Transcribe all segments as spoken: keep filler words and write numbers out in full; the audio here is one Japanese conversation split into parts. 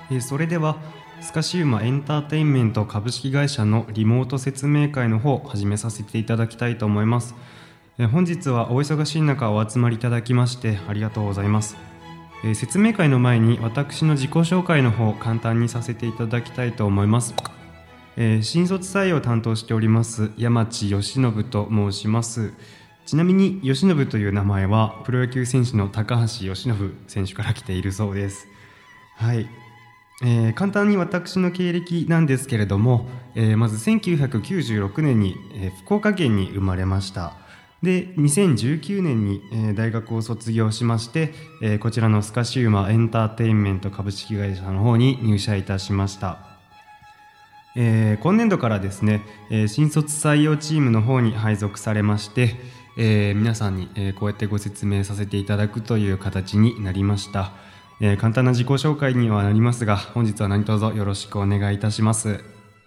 えーそれではスカシウマエンターテインメント株式会社のリモート説明会の方を始めさせていただきたいと思います。えー本日はお忙しい中お集まりいただきましてありがとうございます。えー説明会の前に私の自己紹介の方を簡単にさせていただきたいと思います。えー新卒採用を担当しております山地義信と申します。ちなみに義信という名前はプロ野球選手の高橋由伸選手から来ているそうです。はい、えー簡単に私の経歴なんですけれども、えーまずせんきゅうひゃくきゅうじゅうろくねんに、えー福岡県に生まれました。でにせんじゅうきゅうねんに、えー大学を卒業しまして、えーこちらのスカシウマエンターテインメント株式会社の方に入社いたしました。えー今年度からですね、えー新卒採用チームの方に配属されまして、えー皆さんに、えーこうやってご説明させていただくという形になりました。えー簡単な自己紹介にはなりますが、本日は何卒よろしくお願いいたします。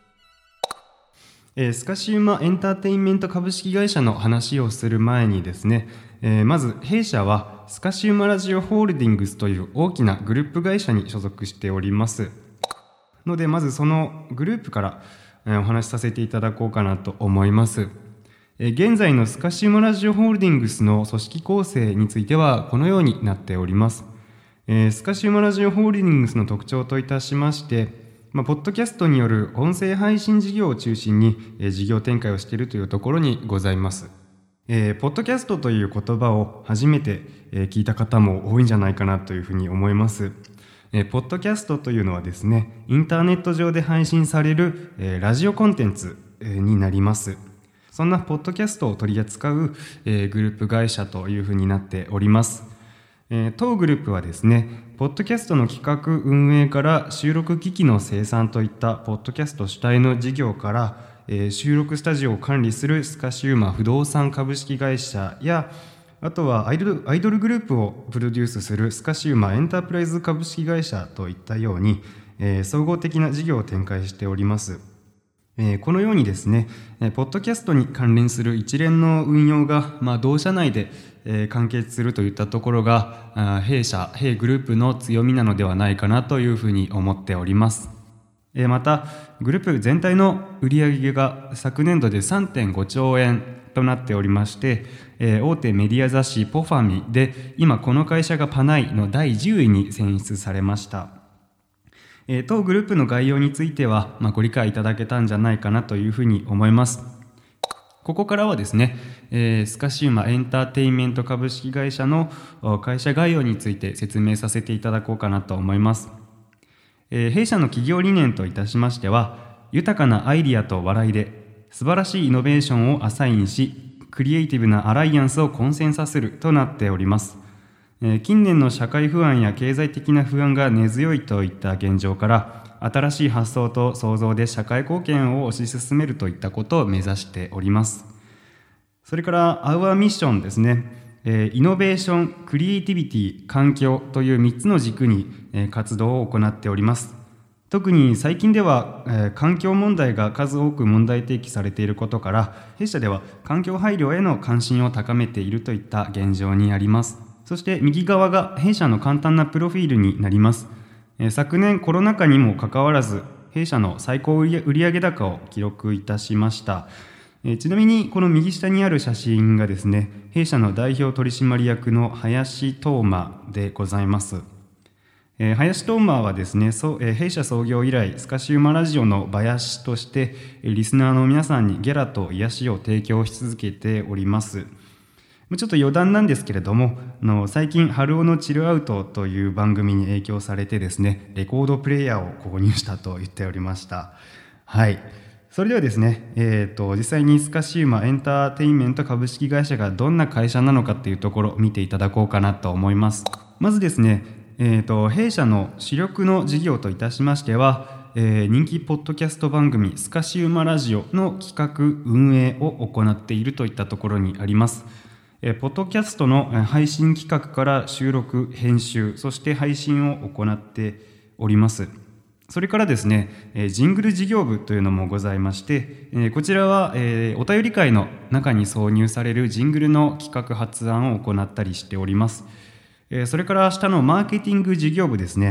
えースカシウマエンターテインメント株式会社の話をする前にですね、えーまず弊社はスカシウマラジオホールディングスという大きなグループ会社に所属しておりますので、まずそのグループから、えーお話しさせていただこうかなと思います。えー現在のスカシウマラジオホールディングスの組織構成についてはこのようになっております。えースカシウマラジオホールディングスの特徴といたしまして、まあ、ポッドキャストによる音声配信事業を中心に、えー事業展開をしているというところにございます。えーポッドキャストという言葉を初めて、えー聞いた方も多いんじゃないかなというふうに思います。えーポッドキャストというのはですね、インターネット上で配信される、えーラジオコンテンツ、えーになります。そんなポッドキャストを取り扱う、えーグループ会社というふうになっております。えー当グループはですね、ポッドキャストの企画運営から収録機器の生産といったポッドキャスト主体の事業から、えー収録スタジオを管理するスカシウマ不動産株式会社や、あとはアイドル、アイドルグループをプロデュースするスカシウマエンタープライズ株式会社といったように、えー総合的な事業を展開しております。えーこのようにですね、えーポッドキャストに関連する一連の運用が、まあ、同社内で、えー完結するといったところが、あー弊社、弊グループの強みなのではないかなというふうに思っております。えーまた、グループ全体の売上が昨年度で さんてんごちょうえんとなっておりまして、えー大手メディア雑誌ポファミで今この会社がパナイのだいじゅういに選出されました。えー当グループの概要については、まあ、ご理解いただけたんじゃないかなというふうに思います。ここからはですね、えースカシウマエンターテインメント株式会社のお会社概要について説明させていただこうかなと思います。えー弊社の企業理念といたしましては、豊かなアイディアと笑いで素晴らしいイノベーションをアサインし、クリエイティブなアライアンスを混戦させるとなっております。えー近年の社会不安や経済的な不安が根強いといった現状から、新しい発想と創造で社会貢献を推し進めるといったことを目指しております。それからアウアーミッションですね、えーイノベーション、クリエイティビティ、環境というみっつの軸に、えー活動を行っております。特に最近では、えー環境問題が数多く問題提起されていることから、弊社では環境配慮への関心を高めているといった現状にあります。そして右側が弊社の簡単なプロフィールになります。えー昨年コロナ禍にもかかわらず、弊社の最高売上高を記録いたしました。えーちなみにこの右下にある写真がですね、弊社の代表取締役の林東馬でございます。えー林東馬はですね、そうえー弊社創業以来スカシウマラジオの林として、えーリスナーの皆さんにゲラと癒しを提供し続けております。ちょっと余談なんですけれども、あの最近春尾のチルアウトという番組に影響されてですね、レコードプレイヤーを購入したと言っておりました。はい、それではですね、えー、と実際にスカシウマエンターテインメント株式会社がどんな会社なのかっていうところを見ていただこうかなと思います。まずですね、えー、と弊社の主力の事業といたしましては、えー人気ポッドキャスト番組スカシウマラジオの企画運営を行っているといったところにあります。えーポッドキャストのえー配信企画から収録、編集、そして配信を行っております。それからですね、えージングル事業部というのもございまして、えーこちらは、えーお便り会の中に挿入されるジングルの企画発案を行ったりしております。えーそれから下のマーケティング事業部ですね。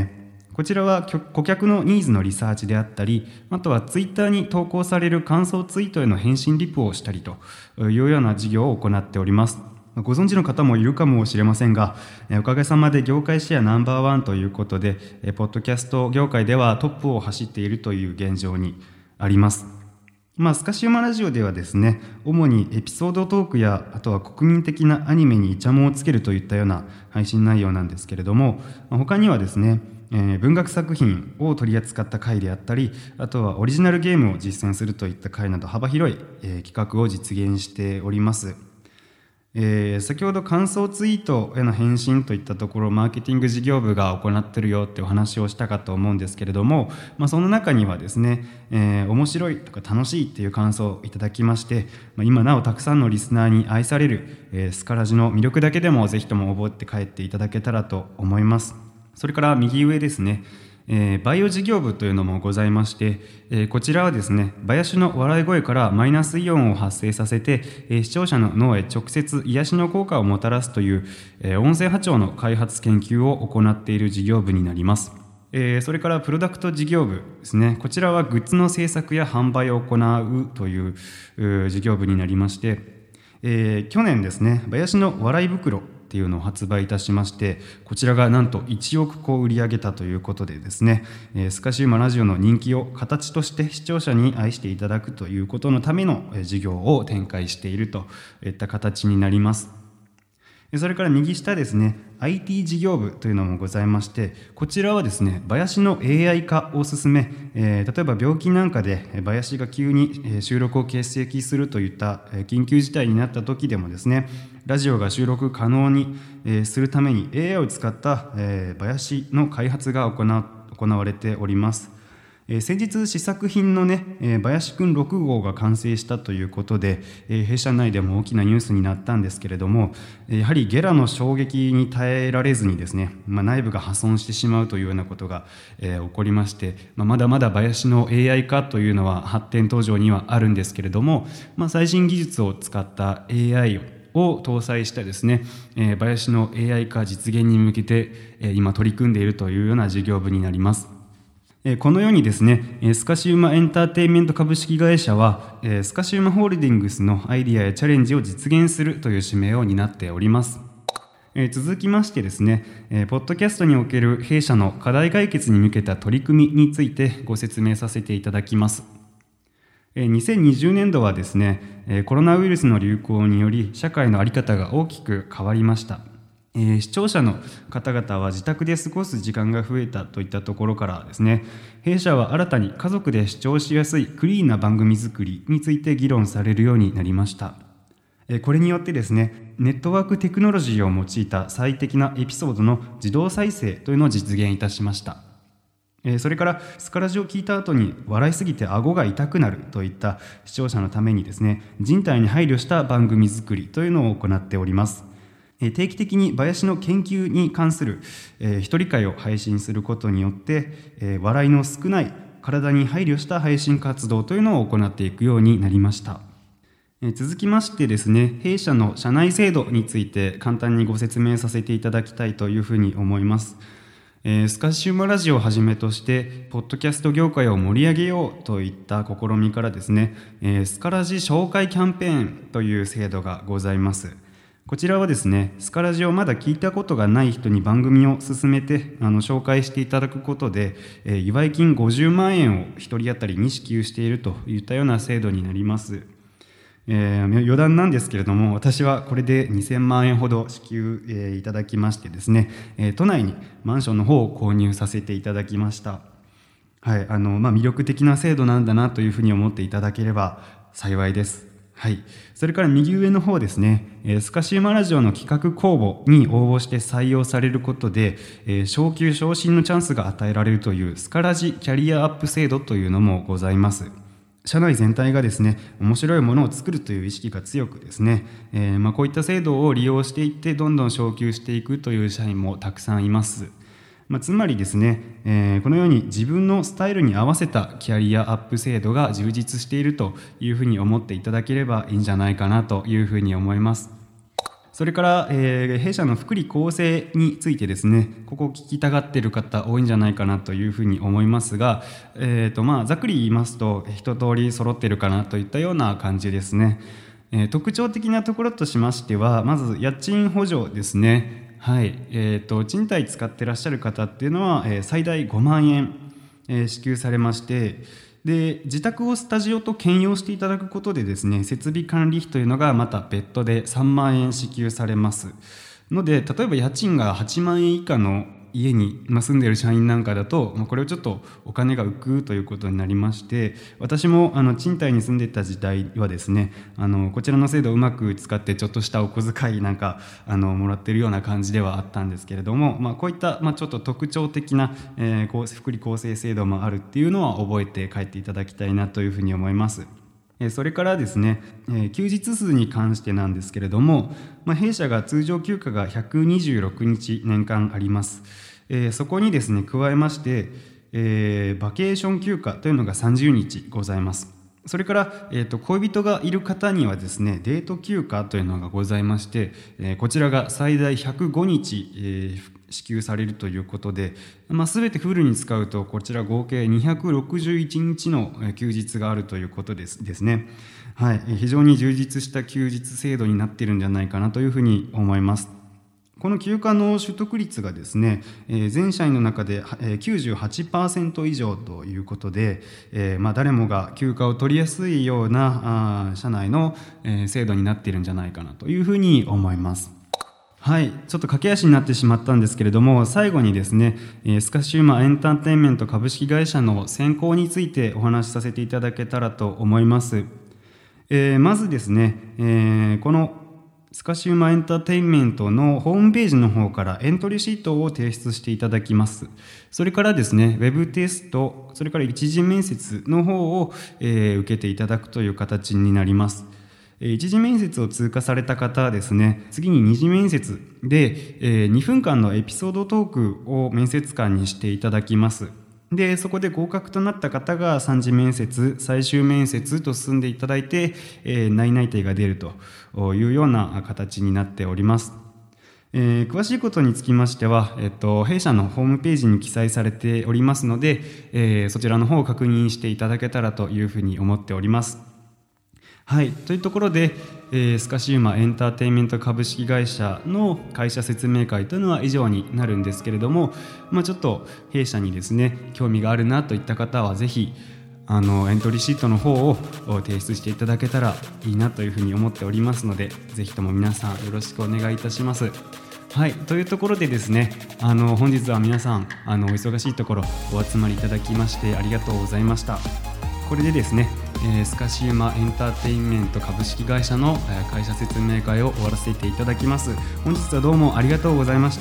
こちらは顧客のニーズのリサーチであったり、あとはツイッターに投稿される感想ツイートへの返信リプをしたりというような事業を行っております。ご存知の方もいるかもしれませんが、おかげさまで業界シェアナンバーワンということで、ポッドキャスト業界ではトップを走っているという現状にあります。まあ、スカシウマラジオではですね、主にエピソードトークや、あとは国民的なアニメにイチャモンをつけるといったような配信内容なんですけれども、他にはですね、えー、文学作品を取り扱った回であったり、あとはオリジナルゲームを実践するといった回など幅広い、えー、企画を実現しております。えー、先ほど感想ツイートへの返信といったところマーケティング事業部が行っているよってお話をしたかと思うんですけれども、まあ、その中にはですね、えー、面白いとか楽しいっていう感想をいただきまして、まあ、今なおたくさんのリスナーに愛される、えー、スカラジの魅力だけでもぜひとも覚えて帰っていただけたらと思います。それから右上ですね、えー、バイオ事業部というのもございまして、えー、こちらはですね、バヤシの笑い声からマイナスイオンを発生させて、えー、視聴者の脳へ直接癒しの効果をもたらすという、えー、音声波長の開発研究を行っている事業部になります。えー、それからプロダクト事業部ですね、こちらはグッズの制作や販売を行うという事業部になりまして、えー、去年ですね、バヤシの笑い袋っていうのを発売いたしまして、こちらがなんといちおくこ売り上げたということでですね、えー、スカシウマラジオの人気を形として視聴者に愛していただくということのための事業を展開しているといった形になります。それから右下ですね、アイティー 事業部というのもございまして、こちらはですね、バヤシの エーアイ 化を進め、えー、例えば病気なんかでバヤシが急に収録を欠席するといった緊急事態になった時でもですね、ラジオが収録可能にするために エーアイ を使ったバヤシの開発が行われております。えー、先日試作品のね、えー、バヤシくんろく号が完成したということで、えー、弊社内でも大きなニュースになったんですけれども、やはりゲラの衝撃に耐えられずにですね、まあ、内部が破損してしまうというようなことが、えー、起こりまして、まあ、まだまだバヤシの エーアイ 化というのは発展途上にはあるんですけれども、まあ、最新技術を使った エーアイ を搭載したですね、えー、バヤシの エーアイ 化実現に向けて、えー、今取り組んでいるというような事業部になります。このようにですね、スカシウマエンターテインメント株式会社はスカシウマホールディングスのアイディアやチャレンジを実現するという使命を担っております。続きましてですね、ポッドキャストにおける弊社の課題解決に向けた取り組みについてご説明させていただきます。にせんにじゅうねんどはですね、コロナウイルスの流行により社会の在り方が大きく変わりました。えー、視聴者の方々は自宅で過ごす時間が増えたといったところからですね、弊社は新たに家族で視聴しやすいクリーンな番組作りについて議論されるようになりました。えー、これによってですね、ネットワークテクノロジーを用いた最適なエピソードの自動再生というのを実現いたしました。えー、それからスカラジを聞いた後に笑いすぎて顎が痛くなるといった視聴者のためにですね、人体に配慮した番組作りというのを行っております。定期的にバヤシの研究に関する、えー、一人会を配信することによって、えー、笑いの少ない体に配慮した配信活動というのを行っていくようになりました。えー、続きましてですね、弊社の社内制度について簡単にご説明させていただきたいというふうに思います。えー、スカシウマラジオをはじめとしてポッドキャスト業界を盛り上げようといった試みからですね、えー、スカラジ紹介キャンペーンという制度がございます。こちらはですね、スカラジをまだ聞いたことがない人に番組を進めてあの紹介していただくことで、えー、祝い金ごじゅうまんえんをひとり当たりに支給しているといったような制度になります。えー、余談なんですけれども、私はこれでにせんまんえんほど支給、えー、いただきましてですね、えー、都内にマンションの方を購入させていただきました。はい、あのまあ、魅力的な制度なんだなというふうに思っていただければ幸いです。はい、それから右上の方ですね、スカシウマラジオの企画公募に応募して採用されることで、昇給昇進のチャンスが与えられるというスカラジキャリアアップ制度というのもございます。社内全体がですね、面白いものを作るという意識が強くですね、えーまあ、こういった制度を利用していってどんどん昇給していくという社員もたくさんいます。まあ、つまりですね、えー、このように自分のスタイルに合わせたキャリアアップ制度が充実しているというふうに思っていただければいいんじゃないかなというふうに思います。 それから、えー、弊社の福利厚生についてですね、ここを聞きたがっている方多いんじゃないかなというふうに思いますが、えーとまあ、ざっくり言いますと一通り揃っているかなといったような感じですね。えー、特徴的なところとしましては、まず家賃補助ですね。はい、えーと賃貸使ってらっしゃる方っていうのは、えー、最大ごまんえん、えー、支給されまして、で自宅をスタジオと兼用していただくことでですね、設備管理費というのがまた別途でさんまんえん支給されますので、例えば家賃がはちまんえん以下の家に住んでいる社員なんかだと、これをちょっとお金が浮くということになりまして、私もあの賃貸に住んでいた時代はですね、あのこちらの制度をうまく使ってちょっとしたお小遣いなんかあのもらっているような感じではあったんですけれども、まあ、こういった、まあ、ちょっと特徴的な、えー、福利厚生制度もあるっていうのは覚えて帰っていただきたいなというふうに思います。それからですね、休日数に関してなんですけれども、まあ、弊社が通常休暇がひゃくにじゅうろくにち年間あります。えー、そこにですね加えまして、えー、バケーション休暇というのがさんじゅうにちございます。それから、えーと、恋人がいる方にはですねデート休暇というのがございまして、えー、こちらが最大ひゃくごにち、えー、支給されるということで、まあ、全てフルに使うとこちら合計にひゃくろくじゅういちにちの休日があるということですですね。はい、非常に充実した休日制度になっているんじゃないかなというふうに思います。この休暇の取得率がですね、全社員の中で きゅうじゅうはちパーセント 以上ということで、えーまあ、誰もが休暇を取りやすいようなあ社内の制度になっているんじゃないかなというふうに思います。はい、ちょっと駆け足になってしまったんですけれども、最後にですね、スカシウマエンターテインメント株式会社の選考についてお話しさせていただけたらと思います。えー、まずですね、えー、このスカシウマエンターテインメントのホームページの方からエントリーシートを提出していただきます。それからですね、ウェブテスト、それから一次面接の方を、えー、受けていただくという形になります。一次面接を通過された方はですね、次に二次面接で、えー、にふんかんのエピソードトークを面接官にしていただきます。でそこで合格となった方が三次面接、最終面接と進んでいただいて、えー、内内定が出るというような形になっております。えー、詳しいことにつきましては、えっと、弊社のホームページに記載されておりますので、えー、そちらの方を確認していただけたらというふうに思っております。はい、というところで、えー、スカシウマエンターテインメント株式会社の会社説明会というのは以上になるんですけれども、まあ、ちょっと弊社にですね興味があるなといった方はぜひあのエントリーシートの方を提出していただけたらいいなというふうに思っておりますので、ぜひとも皆さんよろしくお願いいたします。はい、というところでですね、あの本日は皆さんあのお忙しいところお集まりいただきましてありがとうございました。これでですね、えー、スカシウマエンターテインメント株式会社の、えー、会社説明会を終わらせていただきます。本日はどうもありがとうございました。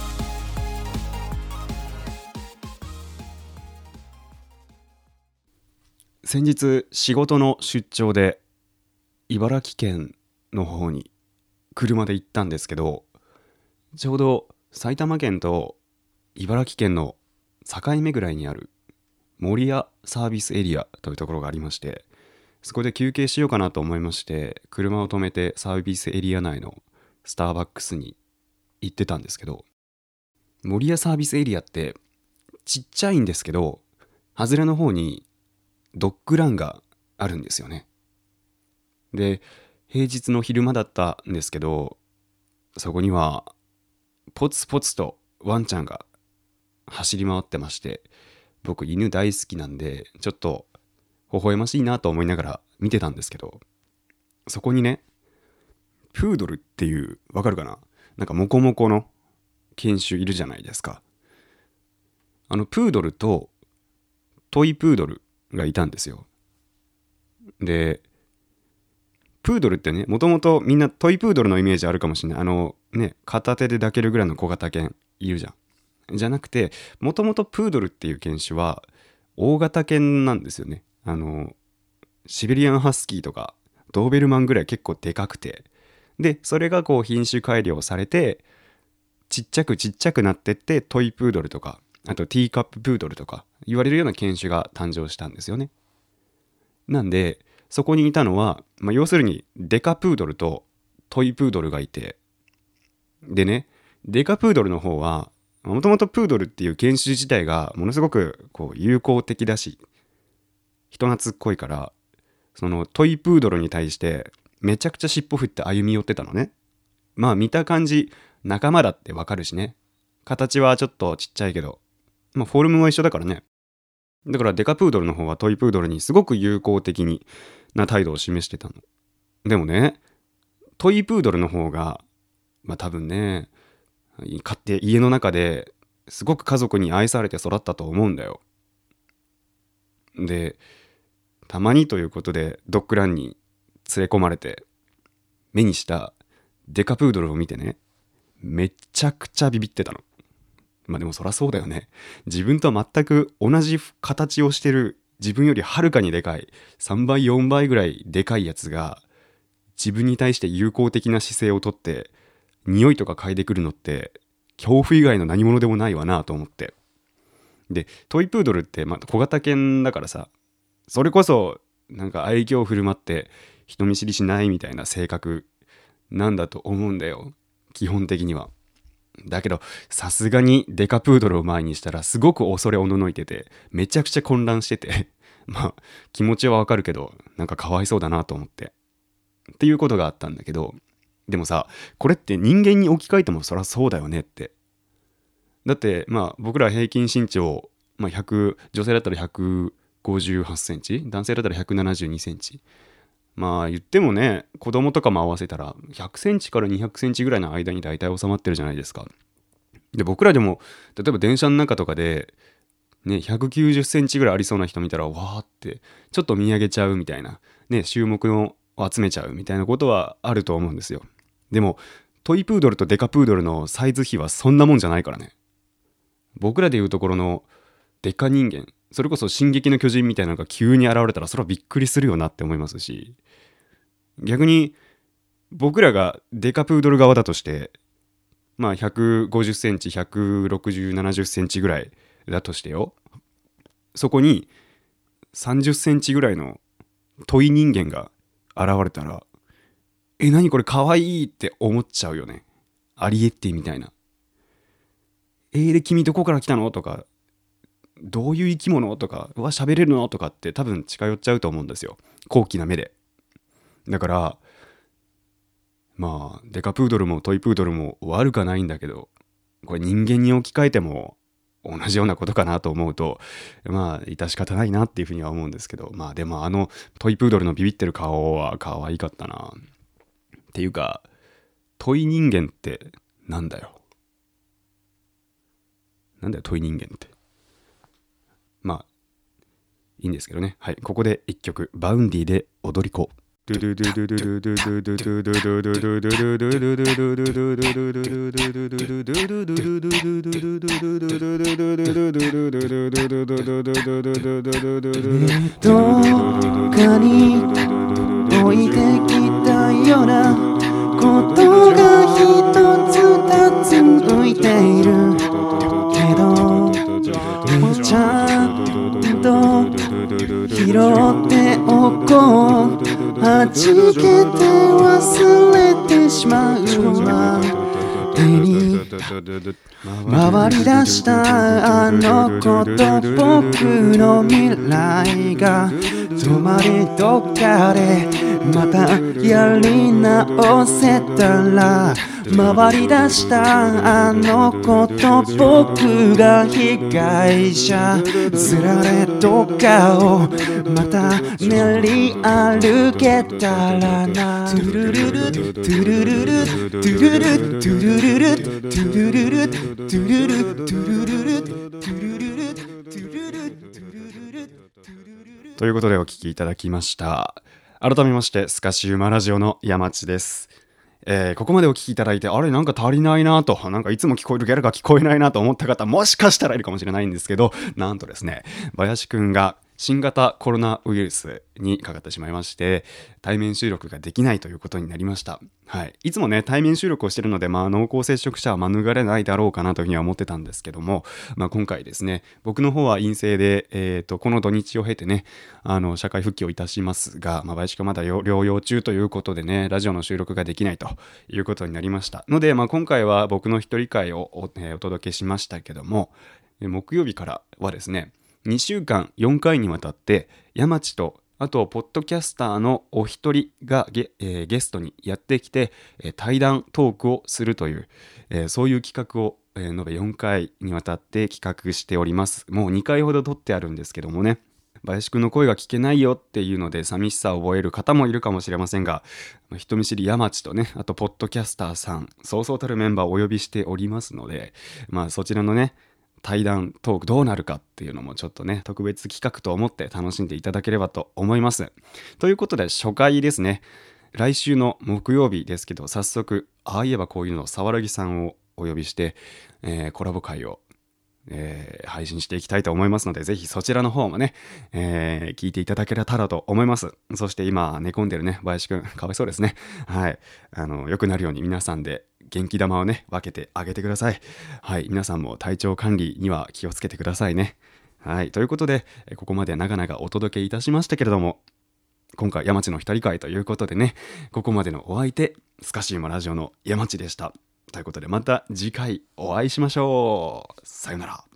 先日仕事の出張で茨城県の方に車で行ったんですけど、ちょうど埼玉県と茨城県の境目ぐらいにある守谷サービスエリアというところがありまして、そこで休憩しようかなと思いまして車を止めてサービスエリア内のスターバックスに行ってたんですけど、守谷サービスエリアってちっちゃいんですけど、外れの方にドッグランがあるんですよね。で、平日の昼間だったんですけど、そこにはポツポツとワンちゃんが走り回ってまして、僕犬大好きなんでちょっと微笑ましいなと思いながら見てたんですけど、そこにねプードルっていう、わかるかな、なんかモコモコの犬種いるじゃないですか。あのプードルとトイプードルがいたんですよ。でプードルってね、もともとみんなトイプードルのイメージあるかもしれない。あのね、片手で抱けるぐらいの小型犬いるじゃん。じゃなくて、もともとプードルっていう犬種は大型犬なんですよね。あのシベリアンハスキーとかドーベルマンぐらい結構でかくて、でそれがこう品種改良されてちっちゃくちっちゃくなってって、トイプードルとかあとティーカッププードルとか言われるような犬種が誕生したんですよね。なんでそこにいたのは、まあ、要するにデカプードルとトイプードルがいて、でね、デカプードルの方はもともとプードルっていう犬種自体がものすごくこう友好的だし人懐っこいから、そのトイプードルに対してめちゃくちゃ尻尾振って歩み寄ってたのね。まあ見た感じ仲間だってわかるしね、形はちょっとちっちゃいけど、まあフォルムは一緒だからね。だからデカプードルの方はトイプードルにすごく友好的にな態度を示してたの。でもね、トイプードルの方がまあ多分ね、買って家の中ですごく家族に愛されて育ったと思うんだよ。で、たまにということでドッグランに連れ込まれて目にしたデカプードルを見てね、めちゃくちゃビビってたの。まあでもそらそうだよね。自分と全く同じ形をしてる、自分よりはるかにでかいさんばいよんばいぐらいでかいやつが自分に対して友好的な姿勢をとって匂いとか嗅いでくるのって恐怖以外の何物でもないわなと思って。でトイプードルってまあ小型犬だからさ、それこそなんか愛嬌を振る舞って人見知りしないみたいな性格なんだと思うんだよ、基本的には。だけどさすがにデカプードルを前にしたらすごく恐れおののいててめちゃくちゃ混乱しててまあ気持ちはわかるけどなんかかわいそうだなと思ってっていうことがあったんだけど、でもさこれって人間に置き換えてもそりゃそうだよねって。だってまあ僕ら平均身長、まあ、ひゃく女性だったらひゃくごじゅうはちセンチ、男性だったらひゃくななじゅうにセンチ、まあ言ってもね子供とかも合わせたらひゃくセンチからにひゃくセンチぐらいの間に大体収まってるじゃないですか。で僕らでも例えば電車の中とかでねひゃくきゅうじゅっセンチぐらいありそうな人見たらわーってちょっと見上げちゃうみたいなね、注目を集めちゃうみたいなことはあると思うんですよ。でもトイプードルとデカプードルのサイズ比はそんなもんじゃないからね。僕らでいうところのデカ人間、それこそ進撃の巨人みたいなのが急に現れたらそれはびっくりするよなって思いますし、逆に僕らがデカプードル側だとしてまあひゃくごじゅっセンチひゃくろくじゅうななじゅっセンチぐらいだとしてよ、そこにさんじゅっセンチぐらいのトイ人間が現れたらえ何これかわいいって思っちゃうよね。アリエッティみたいな。えー、で君どこから来たのとか、どういう生き物とか、うわ喋れるのとかって多分近寄っちゃうと思うんですよ、高貴な目で。だからまあデカプードルもトイプードルも悪かないんだけど、これ人間に置き換えても同じようなことかなと思うとまあ致し方ないなっていうふうには思うんですけど、まあでもあのトイプードルのビビってる顔は可愛かったなっていうか、トイ人間ってなんだよなんだよトイ人間って。まあいいんですけどね。はい、ここで一曲バウンディで踊り子。 どっかに置いてきたようなことが一つ二つ浮いているけどちゃんと拾っておこう、弾けて忘れてしまうわ手に回り出したあの子と僕の未来が止まりどっかでまたやり直せたら、回り出したあの子と僕が被害者ずられどっかをまた練り歩けたらな。トゥルルルトゥルルルトゥルルトゥルルルトゥルルルトゥルルトゥルルルトゥルルルトゥルルルトゥルルルということでお聞きいただきました。改めましてスカシウマラジオの山地です。えー、ここまでお聞きいただいてあれなんか足りないなと、なんかいつも聞こえるギャルが聞こえないなと思った方もしかしたらいるかもしれないんですけど、なんとですね林くんが新型コロナウイルスにかかってしまいまして、対面収録ができないということになりました。はい、いつもね対面収録をしているので、まあ、濃厚接触者は免れないだろうかなというふうには思ってたんですけども、まあ、今回ですね僕の方は陰性で、えーと、この土日を経てねあの社会復帰をいたしますが、まあ、林くんまだ療養中ということでねラジオの収録ができないということになりましたので、まあ、今回は僕の一人会を お,、えー、お届けしましたけども、木曜日からはですねにしゅうかんよんかいにわたって山地とあとポッドキャスターのお一人が ゲ,、えー、ゲストにやってきて、えー、対談トークをするという、えー、そういう企画を、えー、延べよんかいにわたって企画しております。もうにかいほど撮ってあるんですけどもね、林くんの声が聞けないよっていうので寂しさを覚える方もいるかもしれませんが、人見知り山地とねあとポッドキャスターさんそうそうたるメンバーをお呼びしておりますので、まあそちらのね対談トークどうなるかっていうのもちょっとね特別企画と思って楽しんでいただければと思います。ということで初回ですね、来週の木曜日ですけど早速ああいえばこういうの沢木さんをお呼びして、えー、コラボ会を、えー、配信していきたいと思いますので、ぜひそちらの方もね、えー、聞いていただけたらと思います。そして今寝込んでるね林くんかわいそうですね。はい、あの良くなるように皆さんで元気玉をね分けてあげてください。はい、皆さんも体調管理には気をつけてくださいね。はい、ということでここまで長々お届けいたしましたけれども、今回山地の一人会ということでね、ここまでのお相手スカシウマラジオの山地でした。ということでまた次回お会いしましょう。さよなら。